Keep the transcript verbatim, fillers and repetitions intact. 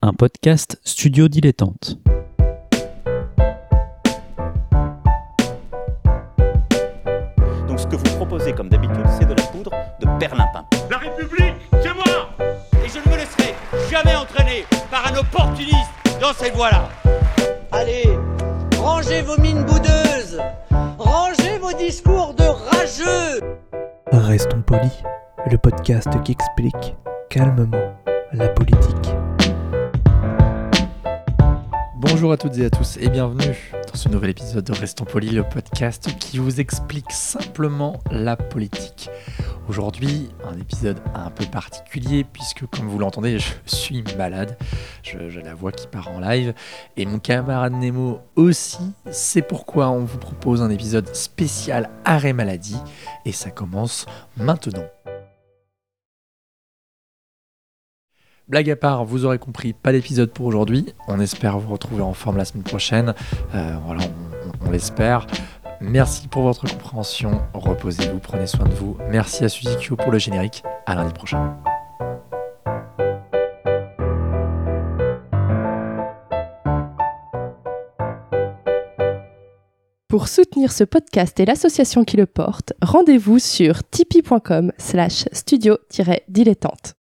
un podcast Studio Dilettante. Donc ce que vous proposez comme d'habitude, c'est de la poudre de perlimpin. La République, c'est moi! Et je ne me laisserai jamais entraîner par un opportuniste dans cette voie-là. Allez, rangez vos mines boudeuses, rangez vos discours de rageux. Restons polis, le podcast qui explique calmement la politique. Bonjour à toutes et à tous et bienvenue dans ce nouvel épisode de Restons Polis, le podcast qui vous explique simplement la politique. Aujourd'hui, un épisode un peu particulier puisque, comme vous l'entendez, je suis malade. Je, j'ai la voix qui part en live et mon camarade Nemo aussi. C'est pourquoi on vous propose un épisode spécial arrêt maladie et ça commence maintenant. Blague à part, vous aurez compris, pas d'épisode pour aujourd'hui. On espère vous retrouver en forme la semaine prochaine. Euh, voilà, on, on, on l'espère. Merci pour votre compréhension. Reposez-vous, prenez soin de vous. Merci à Suzy Q pour le générique. À lundi prochain. Pour soutenir ce podcast et l'association qui le porte, rendez-vous sur tipeee point com slash studio-dilettante.